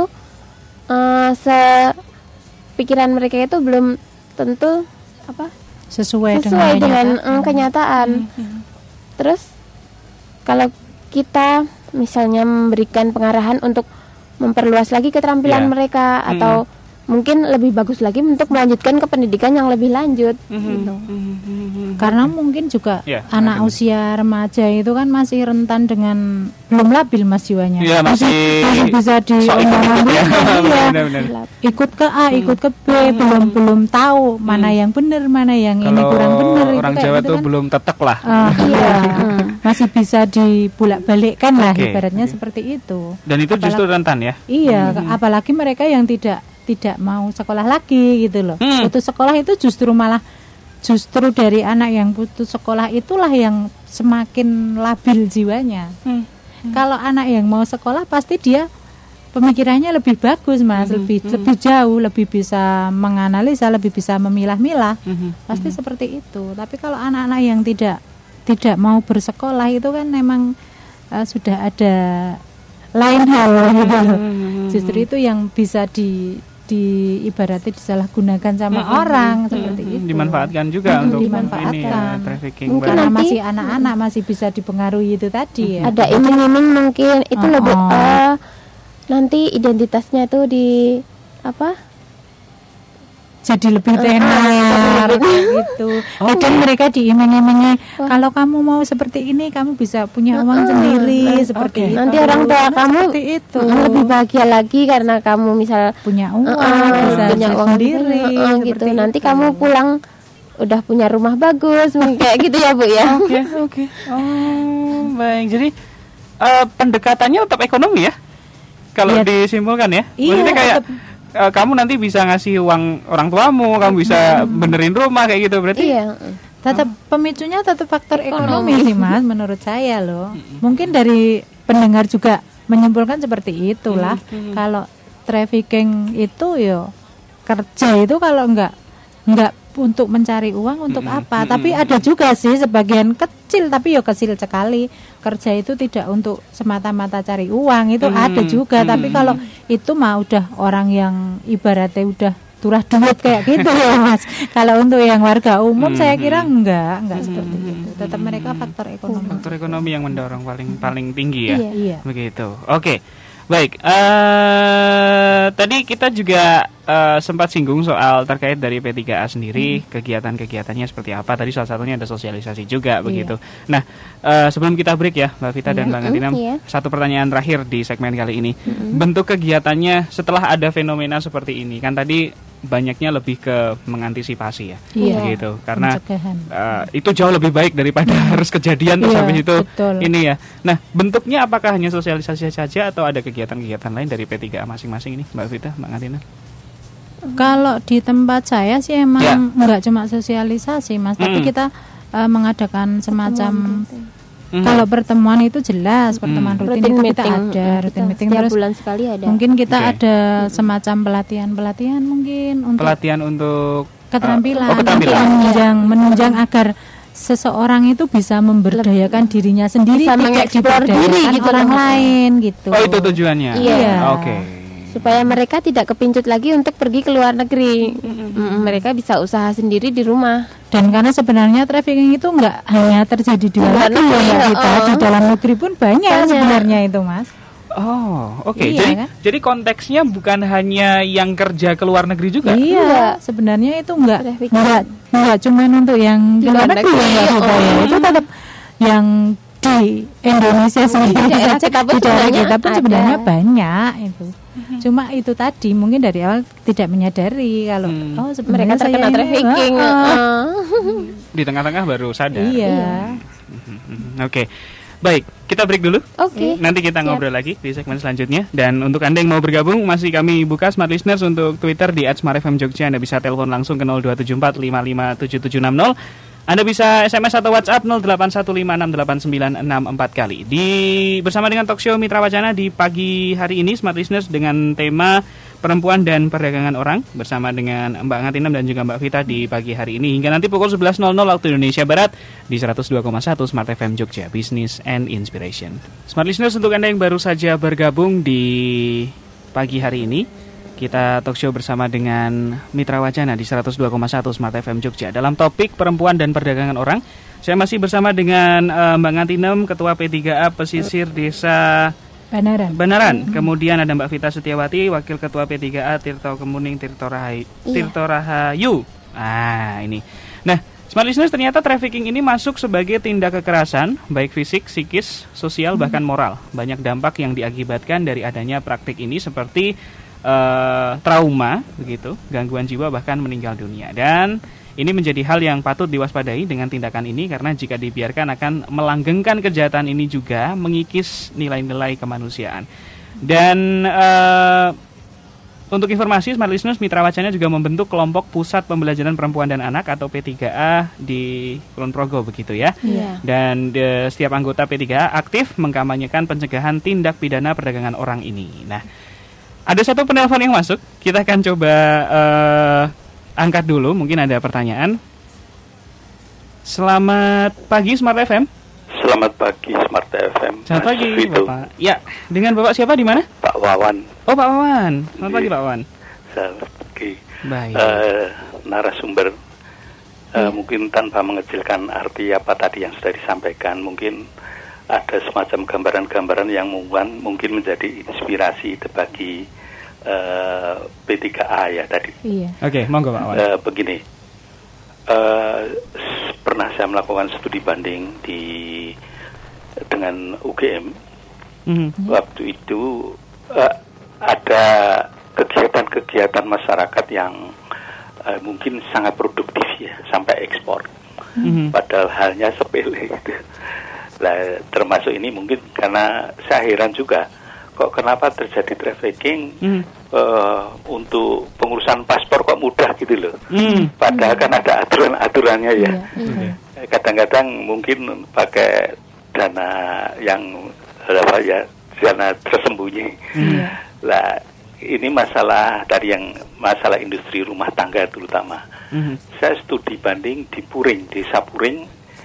Speaker 3: eh, se pikiran mereka itu belum tentu apa
Speaker 2: sesuai,
Speaker 3: sesuai dengan
Speaker 2: kenyataan.
Speaker 3: eh, kenyataan. Terus kalau kita misalnya memberikan pengarahan untuk memperluas lagi keterampilan
Speaker 1: Ya.
Speaker 3: mereka
Speaker 1: Mm-mm.
Speaker 3: atau mungkin lebih bagus lagi untuk melanjutkan ke pendidikan yang lebih lanjut
Speaker 1: Mhm,
Speaker 3: gitu.
Speaker 1: mhm, mhm.
Speaker 2: Karena mungkin juga
Speaker 1: Ya,
Speaker 2: anak
Speaker 1: benar.
Speaker 2: usia remaja itu kan masih rentan dengan belum labil Mas jiwanya.
Speaker 1: Iya, masih
Speaker 2: masih bisa di
Speaker 1: sok ikut-ikut ya.
Speaker 2: iya.
Speaker 1: Benar-benar.
Speaker 2: Ikut ke A, ikut ke B, belum belum tahu mana yang benar, mana yang ini
Speaker 1: Kalau
Speaker 2: kurang benar. Itu
Speaker 1: orang
Speaker 2: kayak
Speaker 1: Jawa
Speaker 2: gitu
Speaker 1: tuh
Speaker 2: kan.
Speaker 1: belum tetek lah.
Speaker 2: Ah, iya.
Speaker 3: Hmm.
Speaker 2: Masih bisa dibulak-balikkan lah
Speaker 1: Oke,
Speaker 2: ibaratnya
Speaker 1: oke.
Speaker 2: seperti itu.
Speaker 1: Dan itu justru rentan ya.
Speaker 2: Iya,
Speaker 1: Hmm.
Speaker 2: apalagi mereka yang tidak tidak mau sekolah lagi gitu loh.
Speaker 1: Hmm.
Speaker 2: Putus sekolah itu justru malah justru dari anak yang putus sekolah itulah yang semakin labil jiwanya. Hmm. Hmm. Kalau anak yang mau sekolah pasti dia pemikirannya lebih bagus, Mas, hmm. lebih hmm. lebih jauh, lebih bisa menganalisa, lebih bisa memilah-milah. Hmm. Pasti hmm. seperti itu. Tapi kalau anak-anak yang tidak tidak mau bersekolah itu kan memang uh, sudah ada lain hal gitu. Hmm. Justru itu yang bisa di di ibaratnya disalahgunakan sama hmm, orang hmm, seperti hmm, itu.
Speaker 1: Dimanfaatkan juga hmm, untuk
Speaker 2: dimanfaatkan.
Speaker 1: ini ya, trafficking.
Speaker 2: Mungkin karena masih anak-anak masih bisa dipengaruhi itu tadi ya.
Speaker 3: Ada iming-iming mungkin itu oh, lebih oh. Uh, nanti identitasnya tuh di apa?
Speaker 2: Jadi lebih tenar uh, gitu. Oh, kadang ya. Mereka diiming-imingi oh. kalau kamu mau seperti ini kamu bisa punya uang uh,
Speaker 3: uh,
Speaker 2: sendiri uh, seperti
Speaker 3: okay.
Speaker 2: itu.
Speaker 3: Nanti orang tua kamu
Speaker 2: itu
Speaker 3: lebih bahagia lagi karena kamu misal
Speaker 2: punya uang, uh,
Speaker 3: uh,
Speaker 2: bisa
Speaker 3: punya uang
Speaker 2: sendiri
Speaker 3: uh, uh, gitu.
Speaker 2: itu.
Speaker 3: Nanti kamu pulang udah punya rumah bagus kayak gitu ya, Bu ya.
Speaker 1: Oke, okay, oke. Okay. Oh, baik. Jadi uh, pendekatannya tetap ekonomi ya? Kalau ya, disimpulkan ya.
Speaker 2: Iya,
Speaker 1: maksudnya kayak Uh, kamu nanti bisa ngasih uang orang tuamu, kamu bisa hmm. benerin rumah kayak gitu berarti.
Speaker 2: Iya. Tetap pemicunya tetap faktor ekonomi sih, Mas, menurut saya loh. Hmm. Mungkin dari pendengar juga menyimpulkan seperti itulah. Hmm. Kalau trafficking itu yo kerja itu kalau enggak enggak untuk mencari uang untuk hmm. apa? Hmm. Tapi ada juga sih sebagian kecil tapi yo kecil sekali. Kerja itu tidak untuk semata-mata cari uang, itu hmm. ada juga. Hmm. Tapi kalau itu mah udah orang yang ibaratnya udah turah duit kayak gitu ya, Mas. Kalau untuk yang warga umum hmm. saya kira enggak, enggak hmm. seperti itu. Tetap mereka faktor ekonomi.
Speaker 1: Faktor ekonomi yang mendorong paling paling tinggi ya.
Speaker 2: Iya, iya.
Speaker 1: Begitu. Oke. Baik, uh, tadi kita juga uh, sempat singgung soal terkait dari P tiga A sendiri, hmm. kegiatan-kegiatannya seperti apa. Tadi salah satunya ada sosialisasi juga, iya. begitu. Nah, uh, sebelum kita break ya, Mbak Vita iya. dan Bang Atinam, iya. satu pertanyaan terakhir di segmen kali ini. Hmm. Bentuk kegiatannya setelah ada fenomena seperti ini, kan tadi banyaknya lebih ke mengantisipasi ya,
Speaker 2: iya.
Speaker 1: gitu. Karena uh, itu jauh lebih baik daripada harus kejadian terus
Speaker 2: iya,
Speaker 1: habis itu
Speaker 2: betul.
Speaker 1: Ini ya. Nah, bentuknya apakah hanya sosialisasi saja atau ada kegiatan-kegiatan lain dari P tiga A masing-masing ini, Mbak Vita, Mbak Atina?
Speaker 2: Kalau di tempat saya sih emang
Speaker 1: ya.
Speaker 2: Enggak cuma sosialisasi, Mas, mm. tapi kita uh, mengadakan semacam Mm. kalau pertemuan itu jelas pertemuan mm. rutin,
Speaker 3: rutin
Speaker 2: itu
Speaker 3: meeting.
Speaker 2: kita ada rutin
Speaker 3: kita
Speaker 2: meeting
Speaker 3: terus
Speaker 2: bulan
Speaker 3: sekali ada.
Speaker 2: Mungkin kita
Speaker 1: okay.
Speaker 2: ada semacam pelatihan-pelatihan mungkin untuk
Speaker 1: pelatihan untuk
Speaker 2: keterampilan,
Speaker 1: uh, oh, keterampilan.
Speaker 2: menunjang menunjang agar seseorang itu bisa memberdayakan dirinya sendiri,
Speaker 3: bisa mengeksplor diri gitu
Speaker 2: orang lain gitu.
Speaker 1: Oh, itu tujuannya.
Speaker 2: Iya.
Speaker 1: Oke. Okay.
Speaker 3: Supaya mereka tidak kepincut lagi untuk pergi ke luar negeri. Mm-hmm. Mereka bisa usaha sendiri di rumah.
Speaker 2: Dan karena sebenarnya trafficking itu enggak hanya terjadi di luar negeri ya, kita oh. di dalam negeri pun banyak, banyak. sebenarnya itu, Mas.
Speaker 1: Oh, oke. Okay.
Speaker 2: Iya,
Speaker 1: jadi
Speaker 2: kan?
Speaker 1: jadi konteksnya bukan hanya yang kerja ke luar negeri juga.
Speaker 2: Iya, sebenarnya itu enggak enggak enggak cuma untuk yang di luar negeri enggak juga ya. Itu tetap yang di Indonesia sendiri saja kita pun, kita pun sebenarnya banyak itu. Hmm. Cuma itu tadi mungkin dari awal tidak menyadari kalau hmm. oh
Speaker 3: mereka terkena trafficking.
Speaker 2: Uh, uh.
Speaker 1: Di tengah-tengah baru sadar.
Speaker 2: Iya.
Speaker 1: Hmm. Oke. Okay. Baik, kita break dulu.
Speaker 3: Oke. Okay.
Speaker 1: Nanti kita ngobrol Siap. lagi di segmen selanjutnya. Dan untuk Anda yang mau bergabung, masih kami buka Smart Listeners untuk Twitter di at smart f m jogja. Anda bisa telepon langsung ke nol dua tujuh empat lima lima tujuh tujuh enam nol. Anda bisa S M S atau WhatsApp nol delapan satu lima enam delapan sembilan enam empat kali. Di bersama dengan Talkshow Mitra Wacana di pagi hari ini Smart Listeners dengan tema perempuan dan perdagangan orang bersama dengan Mbak Ngatinam dan juga Mbak Vita di pagi hari ini hingga nanti pukul sebelas nol nol waktu Indonesia Barat di seratus dua koma satu Smart F M Jogja, Business and Inspiration. Smart Listeners, untuk Anda yang baru saja bergabung di pagi hari ini, kita talk show bersama dengan Mitra Wacana di seratus dua koma satu Smart F M Jogja dalam topik perempuan dan perdagangan orang. Saya masih bersama dengan uh, Mbak Ngatinem, Ketua P tiga A Pesisir Desa
Speaker 2: Banaran.
Speaker 1: Banaran. Mm-hmm. Kemudian ada Mbak Vita Setiawati, Wakil Ketua P tiga A Tirto Kemuning Tirto Rahayu. Iya. Tirto Rahayu. Ah, ini. Nah, Smart Listeners, ternyata trafficking ini masuk sebagai tindak kekerasan, baik fisik, psikis, sosial, bahkan moral. Banyak dampak yang diakibatkan dari adanya praktik ini seperti uh, trauma, begitu, gangguan jiwa, bahkan meninggal dunia. Dan ini menjadi hal yang patut diwaspadai dengan tindakan ini karena jika dibiarkan akan melanggengkan kejahatan ini juga mengikis nilai-nilai kemanusiaan. Dan uh, untuk informasi, Smart Listeners, Mitra Wacana juga membentuk kelompok Pusat Pembelajaran Perempuan dan Anak atau P tiga A di Kulon Progo begitu ya.
Speaker 3: Iya.
Speaker 1: Dan de, setiap anggota P tiga A aktif mengkampanyekan pencegahan tindak pidana perdagangan orang ini. Nah, ada satu penelpon yang masuk, kita akan coba uh, angkat dulu, mungkin ada pertanyaan. Selamat pagi Smart F M.
Speaker 4: Selamat pagi Smart F M.
Speaker 1: Selamat pagi Bapak. Ya, dengan Bapak siapa di mana?
Speaker 4: Pak Wawan.
Speaker 1: Oh Pak Wawan. Selamat pagi Pak Wawan.
Speaker 4: Selamat pagi.
Speaker 1: Baik.
Speaker 4: Uh, narasumber uh, mungkin tanpa mengecilkan arti apa tadi yang sudah disampaikan, mungkin ada semacam gambaran-gambaran yang mungkin mungkin menjadi inspirasi bagi uh, P tiga A ya tadi.
Speaker 2: Iya.
Speaker 1: Oke, okay, monggo Pak Wawan.
Speaker 4: Uh, begini. Uh, pernah saya melakukan studi banding di dengan U G M. Mm-hmm. Waktu itu uh, ada kegiatan-kegiatan masyarakat yang uh, mungkin sangat produktif ya, sampai ekspor. Mm-hmm. Padahal halnya sepele gitu. Nah, termasuk ini mungkin karena saya heran juga kok kenapa terjadi trafficking mm. uh, untuk pengurusan paspor kok mudah gitu loh. Mm. Padahal kan ada aturan-aturannya ya. Mm. Kadang-kadang mungkin pakai dana yang apa ya, dana tersembunyi. Mm. Lah ini masalah dari yang masalah industri rumah tangga terutama. Mm. Saya studi banding di Puring, Desa Puring.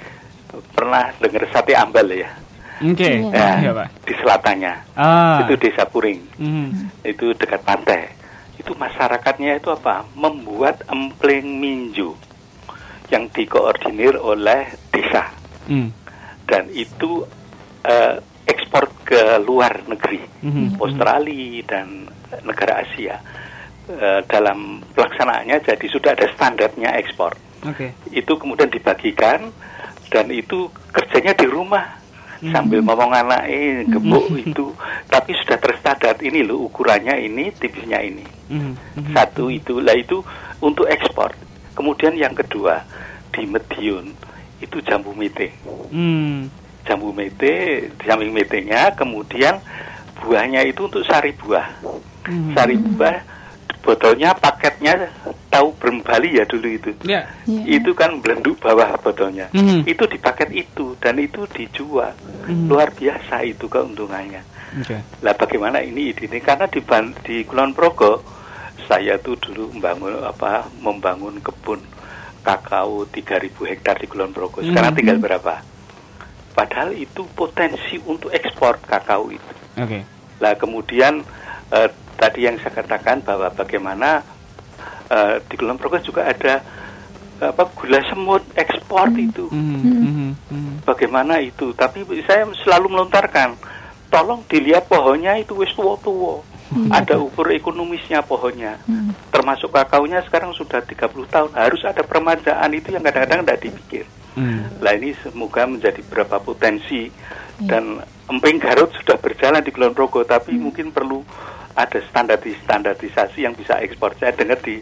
Speaker 4: Pernah dengar sate ambal ya?
Speaker 1: Oke, okay.
Speaker 4: Ya,
Speaker 1: ya, Pak.
Speaker 4: Di selatannya, ah. itu Desa Puring, mm. itu dekat pantai. Itu masyarakatnya itu apa? Membuat empleng minju yang dikoordinir oleh desa, mm. dan itu uh, ekspor ke luar negeri, mm-hmm. Australia dan negara Asia. Uh, dalam pelaksanaannya, jadi sudah ada standarnya ekspor. Okay. Itu kemudian dibagikan dan itu kerjanya di rumah. Sambil ngomong anak eh gebuk mm-hmm. itu, tapi sudah terstandar ini loh ukurannya ini, tipisnya ini. Mm-hmm. Satu itu lah itu untuk ekspor. Kemudian yang kedua di Medion itu jambu mete. Mm. Jambu mete, jambu metenya, kemudian buahnya itu untuk sari buah. Mm-hmm. Sari buah botolnya paketnya tahu brem Bali ya dulu itu. Yeah. Yeah. Itu kan belenduk bawah botolnya. Mm. Itu di paket itu dan itu dijual. Mm. Luar biasa itu keuntungannya. Okay. Lah bagaimana ini ini karena di di Kulon Progo saya tuh dulu membangun apa membangun kebun kakao tiga ribu hektar di Kulon Progo. Sekarang mm. tinggal berapa? Padahal itu potensi untuk ekspor kakao itu. Okay. Lah kemudian uh, tadi yang saya katakan bahwa bagaimana uh, di Kulon Progo juga ada uh, apa gula semut ekspor mm. itu. Mm-hmm. Mm-hmm. Bagaimana itu? Tapi saya selalu melontarkan, tolong dilihat pohonnya itu wis tua-tua. Mm-hmm. Ada ukur ekonomisnya pohonnya. Mm-hmm. Termasuk kakaonya sekarang sudah tiga puluh tahun. Harus ada permajaan itu yang kadang-kadang tidak dipikir. Mm. Nah ini semoga menjadi beberapa potensi. Mm. Dan emping Garut sudah berjalan di Kulon Progo, tapi mm. mungkin perlu ada standarisasi yang bisa ekspor. Saya dengar di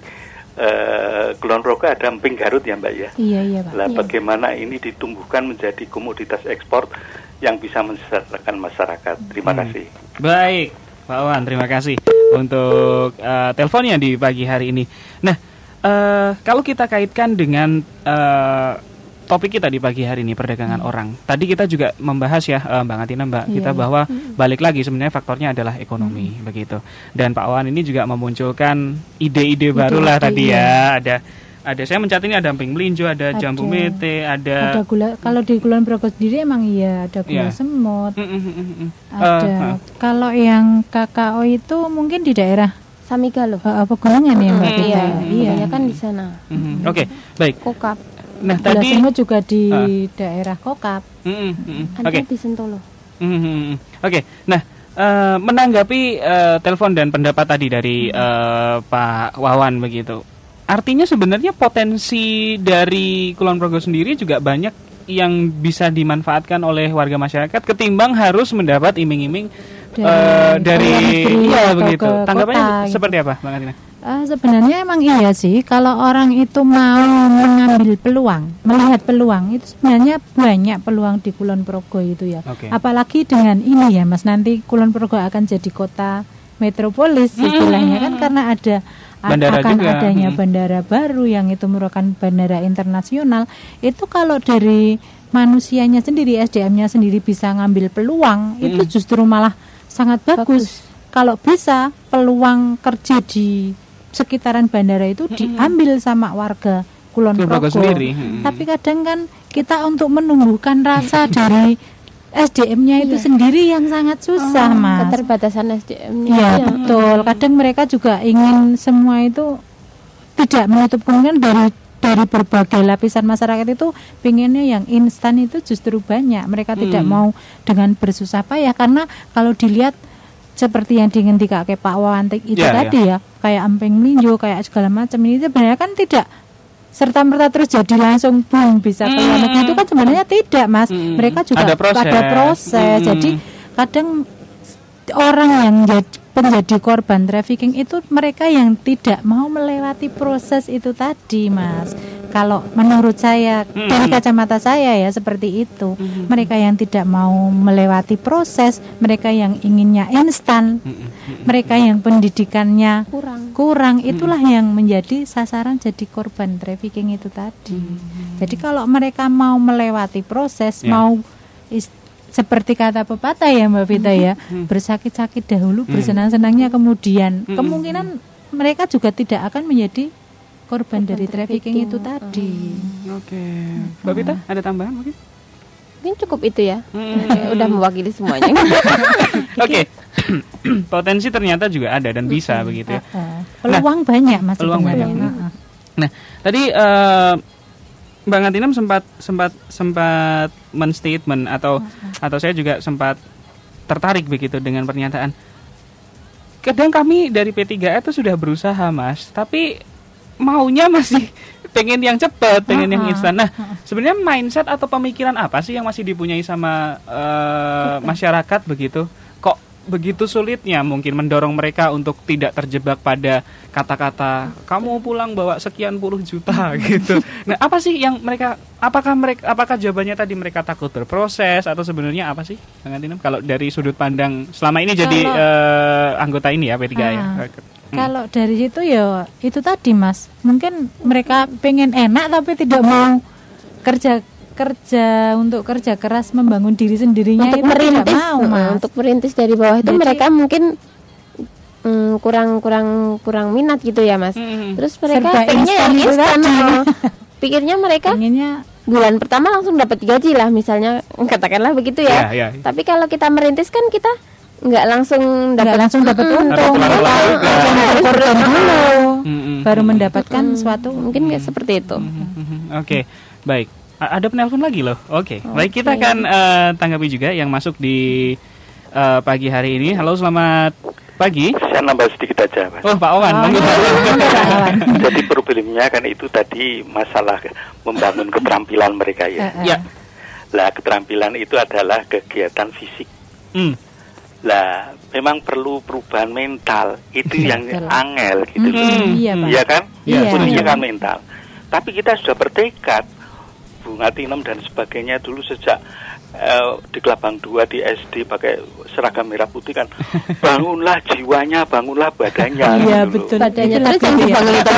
Speaker 4: uh, Kulon Progo ada emping Garut ya Mbak ya.
Speaker 2: Iya iya Pak.
Speaker 4: Lah
Speaker 2: iya.
Speaker 4: Bagaimana ini ditumbuhkan menjadi komoditas ekspor yang bisa mensejahterakan masyarakat. Terima hmm. kasih.
Speaker 1: Baik, Pak Wan, terima kasih untuk uh, teleponnya di pagi hari ini. Nah, uh, kalau kita kaitkan dengan uh, topik kita di pagi hari ini, perdagangan hmm. orang. Tadi kita juga membahas ya, uh, Mbak Atina, Mbak, yeah. kita bahwa hmm. balik lagi sebenarnya faktornya adalah ekonomi, hmm. begitu. Dan Pak Wan ini juga memunculkan ide-ide baru lah tadi ya. Ada, ada saya mencatat ini ada emping melinjo, ada, ada jambu mete, ada.
Speaker 2: Ada gula. Kalau di Kulon Progo sendiri emang iya ada gula yeah. semut. Mm, mm, mm, mm. Ada. Uh, uh. Kalau yang kakao itu mungkin di daerah
Speaker 3: Samigalo.
Speaker 2: Uh, pegunungan ya Mbak.
Speaker 3: Mm, iya, iya. Ya kan di sana.
Speaker 1: Mm, mm. Oke, okay, baik.
Speaker 3: Kokap.
Speaker 1: Nah,
Speaker 2: gula
Speaker 1: tadi
Speaker 2: semut juga di uh. daerah Kokap.
Speaker 1: Mm, mm,
Speaker 3: ada
Speaker 1: okay.
Speaker 3: di Sentolo.
Speaker 1: Mm, mm, Oke, okay. Nah uh, menanggapi uh, telepon dan pendapat tadi dari mm. uh, Pak Wawan begitu. Artinya sebenarnya potensi dari Kulon Progo sendiri juga banyak yang bisa dimanfaatkan oleh warga masyarakat ketimbang harus mendapat iming-iming dari, uh, dari iya begitu. Tanggapannya kota, seperti apa, Bang Atina?
Speaker 2: Uh, sebenarnya emang iya sih, kalau orang itu mau mengambil peluang, melihat peluang, itu sebenarnya banyak peluang di Kulon Progo itu ya. Okay. Apalagi dengan ini ya Mas, nanti Kulon Progo akan jadi kota metropolis istilahnya hmm. kan karena ada
Speaker 1: bandara
Speaker 2: akan
Speaker 1: juga.
Speaker 2: adanya
Speaker 1: hmm.
Speaker 2: bandara baru yang itu merupakan bandara internasional. Itu kalau dari manusianya sendiri, S D M-nya sendiri bisa ngambil peluang, hmm. itu justru malah sangat bagus. bagus. Kalau bisa peluang kerja di sekitaran bandara itu hmm. diambil sama warga Kulon Progo. Hmm. Tapi kadang kan kita untuk menumbuhkan rasa dari S D M-nya itu iya. sendiri yang sangat susah, oh, Mas.
Speaker 3: Keterbatasan S D M-nya.
Speaker 2: Iya, ya. betul. Kadang mereka juga ingin semua itu tidak menutup kemungkinan dari dari berbagai lapisan masyarakat itu pinginnya yang instan itu justru banyak. Mereka hmm. tidak mau dengan bersusah payah karena kalau dilihat seperti yang diinginkan kayak Pak Wawantik itu yeah, tadi yeah. ya, kayak Ampeng Minjo, kayak segala macam ini sebenarnya kan tidak serta merta terus jadi langsung boom bisa ke luar negeri itu kan sebenarnya tidak, Mas. Hmm. Mereka juga ada proses, ada proses. Hmm. Jadi kadang orang yang jadi, menjadi korban trafficking itu mereka yang tidak mau melewati proses itu tadi, Mas. Kalau menurut saya hmm. dari kacamata saya ya seperti itu. Hmm. Mereka yang tidak mau melewati proses, mereka yang inginnya instan, hmm. mereka yang pendidikannya kurang, kurang itulah hmm. yang menjadi sasaran jadi korban trafficking itu tadi. Hmm. Jadi kalau mereka mau melewati proses, yeah. mau ist- seperti kata pepatah ya Mbak Vita ya, hmm. bersakit-sakit dahulu, hmm. bersenang-senangnya kemudian, hmm. kemungkinan mereka juga tidak akan menjadi korban dari trafficking, trafficking itu tadi.
Speaker 1: Hmm. Oke, okay. Mbak Vita ada tambahan mungkin?
Speaker 3: Mungkin cukup itu ya, hmm. udah mewakili semuanya.
Speaker 1: Oke, okay. Potensi ternyata juga ada dan bisa hmm. begitu ya.
Speaker 2: Uh, peluang nah, banyak Mas.
Speaker 1: Peluang banyak. Nah, nah tadi uh, Mbak Ngatinem sempat sempat sempat men-statement atau uh-huh. atau saya juga sempat tertarik begitu dengan pernyataan. Kadang kami dari P tiga A itu sudah berusaha, Mas, tapi maunya masih pengen yang cepat, pengen uh-huh. yang instan. Nah, uh-huh. sebenarnya mindset atau pemikiran apa sih yang masih dipunyai sama uh, masyarakat begitu? Kok begitu sulitnya mungkin mendorong mereka untuk tidak terjebak pada kata-kata kamu pulang bawa sekian puluh juta gitu. Nah, apa sih yang mereka apakah mereka apakah jawabannya tadi mereka takut berproses atau sebenarnya apa sih Bang Antinem kalau dari sudut pandang selama ini jadi kalau, uh, anggota ini ya P tiga A ya.
Speaker 2: Hmm. Kalau dari situ ya itu tadi Mas. Mungkin mereka pengen enak tapi tidak mau kerja kerja untuk kerja keras membangun diri sendirinya
Speaker 3: untuk
Speaker 2: itu
Speaker 3: merintis,
Speaker 2: tidak mau Mas.
Speaker 3: Untuk merintis dari bawah itu jadi, mereka mungkin mm, kurang kurang kurang minat gitu ya Mas. Hmm. Terus mereka pengennya yang instan. Oh. Pikirnya mereka pengennya bulan pertama langsung dapat gaji lah misalnya, katakanlah begitu ya. Yeah, yeah. Tapi kalau kita merintis kan kita nggak langsung dapat
Speaker 2: langsung dapat mm, untung, korban dulu, mm-hmm. baru mendapatkan mm-hmm. suatu
Speaker 3: mungkin nggak seperti itu.
Speaker 1: Mm-hmm. Oke, okay. Baik. A- ada penelpon lagi loh. Oke, okay. okay. Baik kita akan uh, tanggapi juga yang masuk di uh, pagi hari ini. Halo, selamat pagi.
Speaker 4: Saya nambah sedikit aja, Mas.
Speaker 1: Oh, Pak Owan.
Speaker 2: Oh, ya.
Speaker 4: Jadi problemnya kan itu tadi masalah membangun keterampilan mereka ya.
Speaker 1: Ya.
Speaker 4: Lah keterampilan itu adalah kegiatan fisik. Hmm. Lah, memang perlu perubahan mental. Itu yang angel gitu loh.
Speaker 2: Mm-hmm. Iya,
Speaker 4: iya kan?
Speaker 2: Iya.
Speaker 4: Kuncinya kan mental. Tapi kita sudah bertekad, Bu Ngatinem dan sebagainya dulu sejak uh, di Kelabang dua di S D pakai seragam merah putih kan. Bangunlah jiwanya, bangunlah badannya.
Speaker 2: Iya,
Speaker 4: gitu
Speaker 2: betul.
Speaker 3: Badannya terus yang dibangun itu.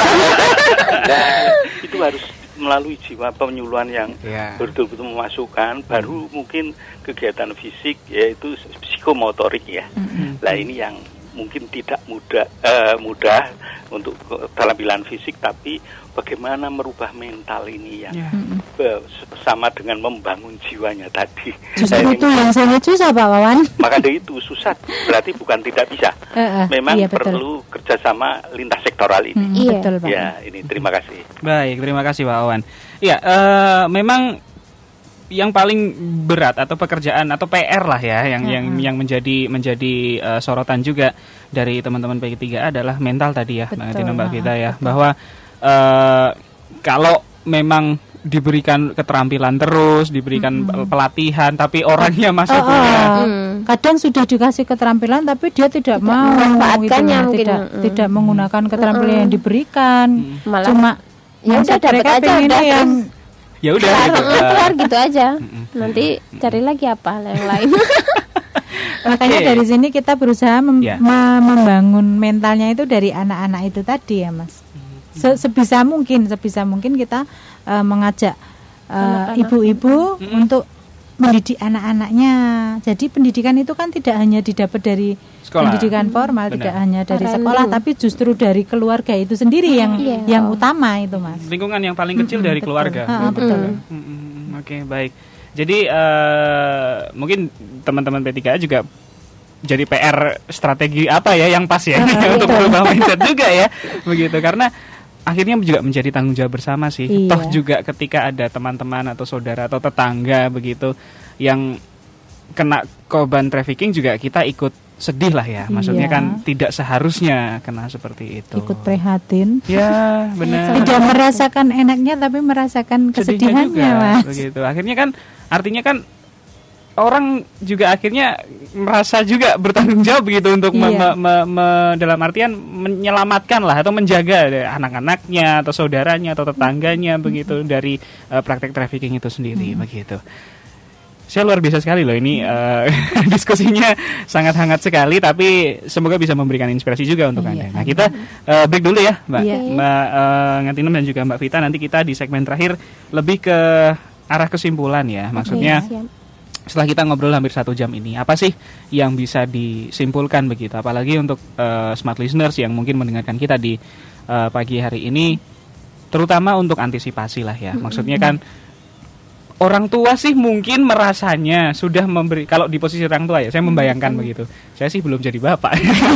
Speaker 4: Itu harus melalui jiwa penyuluhan yang yeah. betul-betul memasukkan, baru mungkin kegiatan fisik yaitu psikomotorik ya. Mm-hmm. Nah ini yang mungkin tidak mudah uh, mudah untuk keterampilan fisik, tapi bagaimana merubah mental ini yang yeah. bersama dengan membangun jiwanya tadi.
Speaker 2: Justru nah, itu yang sangat susah Pak Wawan.
Speaker 4: Maka dari itu susah, berarti bukan tidak bisa. Uh, uh, Memang iya, perlu kerjasama lintas sektoral ini.
Speaker 2: Hmm, iya. Betul Pak.
Speaker 4: Ya, ini terima kasih.
Speaker 1: Baik, terima kasih Pak Wawan. Ya, uh, memang yang paling berat atau pekerjaan atau P R lah ya yang uh-huh. yang yang menjadi menjadi uh, sorotan juga dari teman-teman P tiga A adalah mental tadi ya, Bang Antinem, Mbak Vita ya, betul. Bahwa uh, kalau memang diberikan keterampilan terus, diberikan hmm. pelatihan, tapi orangnya masih
Speaker 2: oh, punya. Oh. Hmm. Kadang sudah dikasih keterampilan, tapi dia tidak, tidak mau
Speaker 3: memanfaatkannya,
Speaker 2: gitu,
Speaker 3: mungkin
Speaker 2: tidak
Speaker 3: hmm.
Speaker 2: tidak menggunakan keterampilan hmm. yang diberikan. Hmm.
Speaker 3: Malah,
Speaker 2: cuma
Speaker 3: ya udah dapat aja udah
Speaker 2: yang
Speaker 1: ya udah gitu,
Speaker 3: keluar gitu aja. Nanti cari lagi apa yang lain.
Speaker 2: Makanya
Speaker 1: okay.
Speaker 2: dari sini kita berusaha mem-
Speaker 1: yeah.
Speaker 2: membangun mentalnya itu dari anak-anak itu tadi ya Mas. Se- sebisa mungkin, sebisa mungkin kita uh, mengajak uh, ibu-ibu mm-hmm. untuk mendidik anak-anaknya. Jadi pendidikan itu kan tidak hanya didapat dari sekolah. Pendidikan formal, Benar. tidak hanya dari Parenting. sekolah, tapi justru dari keluarga itu sendiri yang yeah. yang utama itu Mas.
Speaker 1: Lingkungan yang paling kecil mm-hmm, dari betul. keluarga.
Speaker 2: Ha, betul.
Speaker 1: Mm-hmm. Oke, okay, baik. Jadi uh, mungkin teman-teman P tiga A juga jadi P R strategi apa ya yang pas ya untuk berubah mindset juga ya, begitu karena akhirnya juga menjadi tanggung jawab bersama sih. Iya. Toh juga ketika ada teman-teman atau saudara atau tetangga begitu yang kena korban trafficking juga kita ikut sedih lah ya. Maksudnya iya. kan tidak seharusnya kena seperti itu.
Speaker 2: Ikut prihatin.
Speaker 1: Ya, benar.
Speaker 2: Tidak merasakan enaknya tapi merasakan kesedihannya, Mas.
Speaker 1: Begitu. Akhirnya kan artinya kan orang juga akhirnya merasa juga bertanggung jawab begitu untuk iya. me, me, me, dalam artian menyelamatkan lah atau menjaga anak-anaknya atau saudaranya atau tetangganya mm-hmm. begitu dari uh, praktek trafficking itu sendiri mm-hmm. begitu. Saya luar biasa sekali loh ini uh, diskusinya sangat hangat sekali tapi semoga bisa memberikan inspirasi juga untuk iya. Anda. Nah kita uh, break dulu ya Mbak, iya. Mbak uh, Ngatinem dan juga Mbak Vita, nanti kita di segmen terakhir lebih ke arah kesimpulan ya, maksudnya. Okay, setelah kita ngobrol hampir satu jam ini, apa sih yang bisa disimpulkan begitu? Apalagi untuk uh, smart listeners yang mungkin mendengarkan kita di uh, pagi hari ini, terutama untuk antisipasi lah ya. Maksudnya kan orang tua sih mungkin merasanya sudah memberi, kalau di posisi orang tua ya, saya membayangkan begitu. Saya sih belum jadi bapak.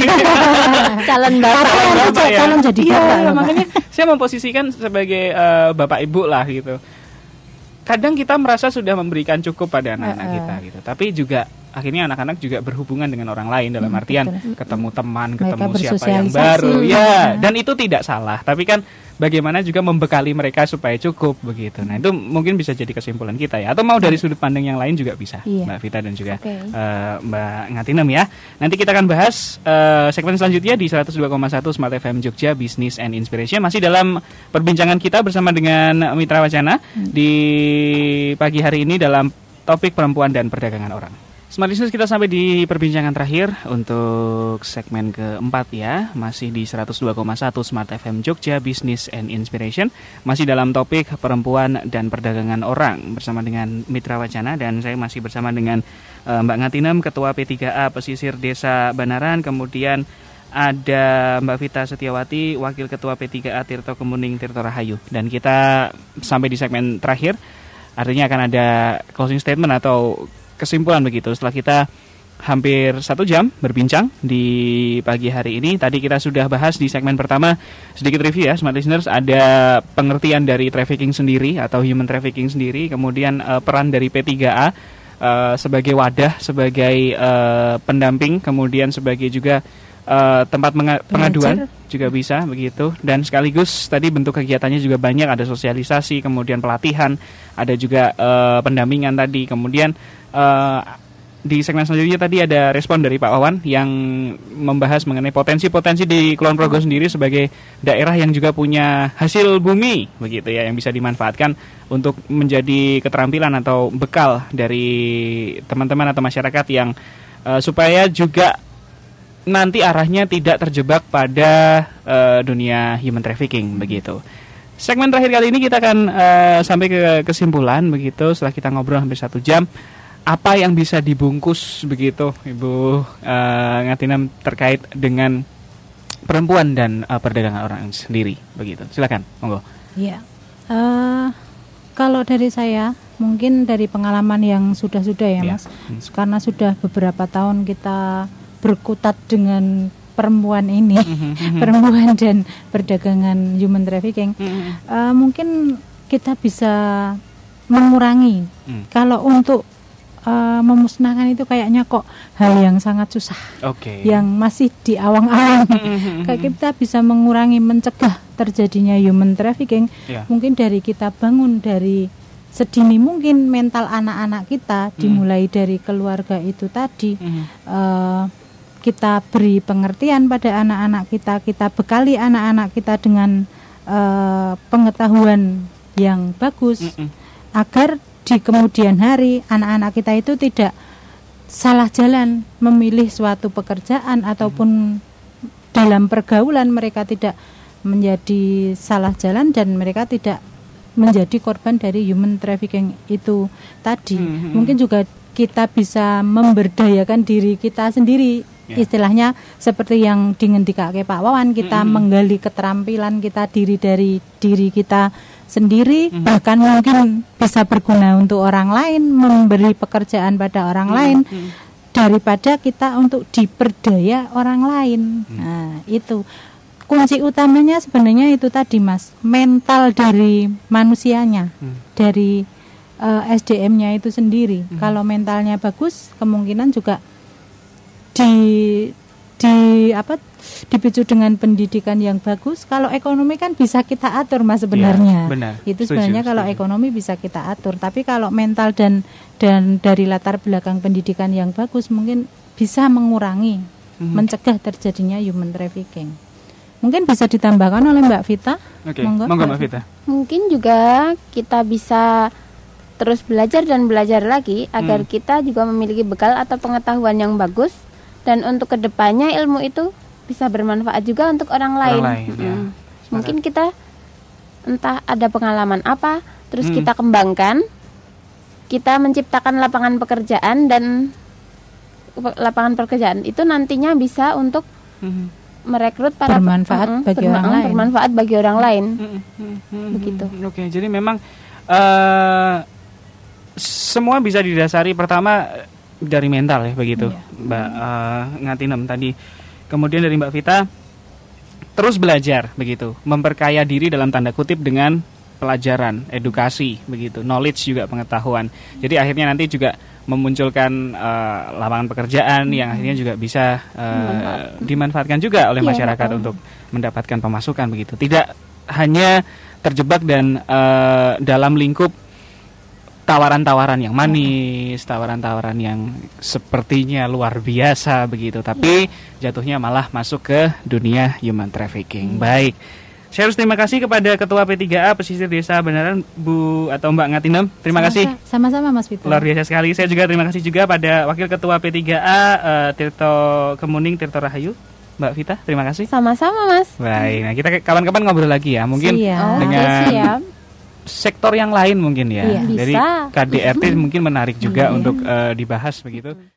Speaker 3: Calon bapak,
Speaker 2: calon, bapak ya. Calon jadi bapak.
Speaker 1: Ya, makanya saya memposisikan sebagai uh, bapak ibu lah gitu. Kadang kita merasa sudah memberikan cukup pada anak-anak uh, uh. kita gitu, tapi juga akhirnya anak-anak juga berhubungan dengan orang lain dalam artian hmm, ketemu teman, ketemu siapa yang baru, ya, dan itu tidak salah. Tapi kan bagaimana juga membekali mereka supaya cukup begitu. Nah itu mungkin bisa jadi kesimpulan kita ya. Atau mau dari sudut pandang yang lain juga bisa, iya. Mbak Vita dan juga okay. uh, Mbak Ngatinem ya. Nanti kita akan bahas uh, segmen selanjutnya di seratus dua koma satu Smart F M Jogja Business and Inspiration. Masih dalam perbincangan kita bersama dengan Mitra Wacana hmm. di pagi hari ini dalam topik perempuan dan perdagangan orang. Smart Listeners, kita sampai di perbincangan terakhir untuk segmen keempat ya. Masih di seratus dua koma satu Smart F M Jogja Business and Inspiration. Masih dalam topik perempuan dan perdagangan orang bersama dengan Mitra Wacana. Dan saya masih bersama dengan uh, Mbak Ngatinem, Ketua P tiga A Pesisir Desa Banaran. Kemudian ada Mbak Vita Setiawati, Wakil Ketua P tiga A Tirto Kemuning Tirto Rahayu. Dan kita sampai di segmen terakhir. Artinya akan ada closing statement atau kesimpulan begitu setelah kita hampir satu jam berbincang di pagi hari ini. Tadi kita sudah bahas di segmen pertama, sedikit review ya Smart Listeners, ada pengertian dari trafficking sendiri atau human trafficking sendiri, kemudian uh, peran dari P tiga A uh, sebagai wadah, sebagai uh, pendamping, kemudian sebagai juga uh, tempat menga- pengaduan juga bisa begitu, dan sekaligus tadi bentuk kegiatannya juga banyak, ada sosialisasi, kemudian pelatihan, ada juga uh, pendampingan tadi, kemudian Uh, di segmen selanjutnya tadi ada respon dari Pak Wawan yang membahas mengenai potensi-potensi di Kulon Progo sendiri sebagai daerah yang juga punya hasil bumi begitu ya, yang bisa dimanfaatkan untuk menjadi keterampilan atau bekal dari teman-teman atau masyarakat yang uh, supaya juga nanti arahnya tidak terjebak pada uh, dunia human trafficking begitu. Segmen terakhir kali ini kita akan uh, sampai ke kesimpulan begitu setelah kita ngobrol hampir satu jam. Apa yang bisa dibungkus begitu Ibu uh, Ngatinem terkait dengan perempuan dan uh, perdagangan orang sendiri begitu? Silakan, monggo.
Speaker 2: Iya. Uh, kalau dari saya mungkin dari pengalaman yang sudah-sudah ya, ya. Mas. Hmm. Karena sudah beberapa tahun kita berkutat dengan perempuan ini, mm-hmm. perempuan dan perdagangan human trafficking, mm-hmm. uh, mungkin kita bisa mengurangi. Mm. Kalau untuk Uh, memusnahkan itu kayaknya kok hal yang sangat susah,
Speaker 1: okay.
Speaker 2: yang masih di awang-awang. Kayak kita bisa mengurangi, mencegah terjadinya human trafficking, yeah. mungkin dari kita bangun dari sedini mungkin mental anak-anak kita, mm. dimulai dari keluarga itu tadi, mm. uh, kita beri pengertian pada anak-anak kita, kita bekali anak-anak kita dengan uh, pengetahuan yang bagus, mm-mm. agar di kemudian hari anak-anak kita itu tidak salah jalan memilih suatu pekerjaan ataupun dalam pergaulan mereka tidak menjadi salah jalan dan mereka tidak menjadi korban dari human trafficking itu tadi. Hmm. Mungkin juga kita bisa memberdayakan diri kita sendiri, yeah. istilahnya seperti yang dingendikake Pak Wawan, kita hmm. menggali keterampilan kita diri dari diri kita sendiri, hmm. bahkan mungkin bisa berguna untuk orang lain, memberi pekerjaan pada orang hmm. lain hmm. daripada kita untuk diperdaya orang lain. Hmm. Nah, itu kunci utamanya sebenarnya itu tadi Mas, mental dari manusianya, hmm. dari uh, S D M-nya itu sendiri. Hmm. Kalau mentalnya bagus, kemungkinan juga di di apa dipicu dengan pendidikan yang bagus. Kalau ekonomi kan bisa kita atur Mas sebenarnya. Ya, benar. Itu sebenarnya setuju, kalau setuju. Ekonomi bisa kita atur, tapi kalau mental dan dan dari latar belakang pendidikan yang bagus mungkin bisa mengurangi, hmm. mencegah terjadinya human trafficking. Mungkin bisa ditambahkan oleh Mbak Vita.
Speaker 1: Oke, okay. Monggo Mbak Vita.
Speaker 3: Mungkin juga kita bisa terus belajar dan belajar lagi agar hmm. kita juga memiliki bekal atau pengetahuan yang bagus, dan untuk kedepannya ilmu itu bisa bermanfaat juga untuk orang lain.
Speaker 1: Orang lain hmm. ya.
Speaker 3: Mungkin kita entah ada pengalaman apa, terus hmm. kita kembangkan, kita menciptakan lapangan pekerjaan, dan lapangan pekerjaan itu nantinya bisa untuk hmm. merekrut para
Speaker 2: bermanfaat
Speaker 3: pe-
Speaker 2: bagi
Speaker 3: berma-
Speaker 2: orang lain.
Speaker 3: Bermanfaat bagi orang lain.
Speaker 1: Hmm. Hmm. Hmm.
Speaker 3: Begitu.
Speaker 1: Oke, jadi memang uh, semua bisa didasari pertama dari mental ya begitu, iya. Mbak uh, Ngatinem tadi. Kemudian dari Mbak Vita, terus belajar begitu, memperkaya diri dalam tanda kutip dengan pelajaran, edukasi begitu, knowledge juga pengetahuan. Jadi akhirnya nanti juga memunculkan uh, lapangan pekerjaan hmm. yang akhirnya juga bisa uh, dimanfaatkan juga oleh masyarakat ya, untuk mendapatkan pemasukan begitu. Tidak hanya terjebak dan uh, dalam lingkup tawaran-tawaran yang manis, tawaran-tawaran yang sepertinya luar biasa begitu, tapi jatuhnya malah masuk ke dunia human trafficking. Hmm. Baik, saya harus terima kasih kepada Ketua P tiga A Pesisir Desa Benaran, Bu atau Mbak Ngatinem. Terima Sama, kasih.
Speaker 2: Sama-sama Mas Vito.
Speaker 1: Luar biasa sekali. Saya juga terima kasih juga pada Wakil Ketua P tiga A uh, Tirto Kemuning Tirto Rahayu. Mbak Vita, terima kasih.
Speaker 3: Sama-sama Mas.
Speaker 1: Baik, nah kita kapan-kapan ngobrol lagi ya, mungkin
Speaker 3: siap.
Speaker 1: dengan
Speaker 3: oh, siap.
Speaker 1: sektor yang lain mungkin ya.
Speaker 3: Iya,
Speaker 1: dari
Speaker 3: bisa.
Speaker 1: K D R T mungkin menarik juga iya. untuk uh, dibahas begitu.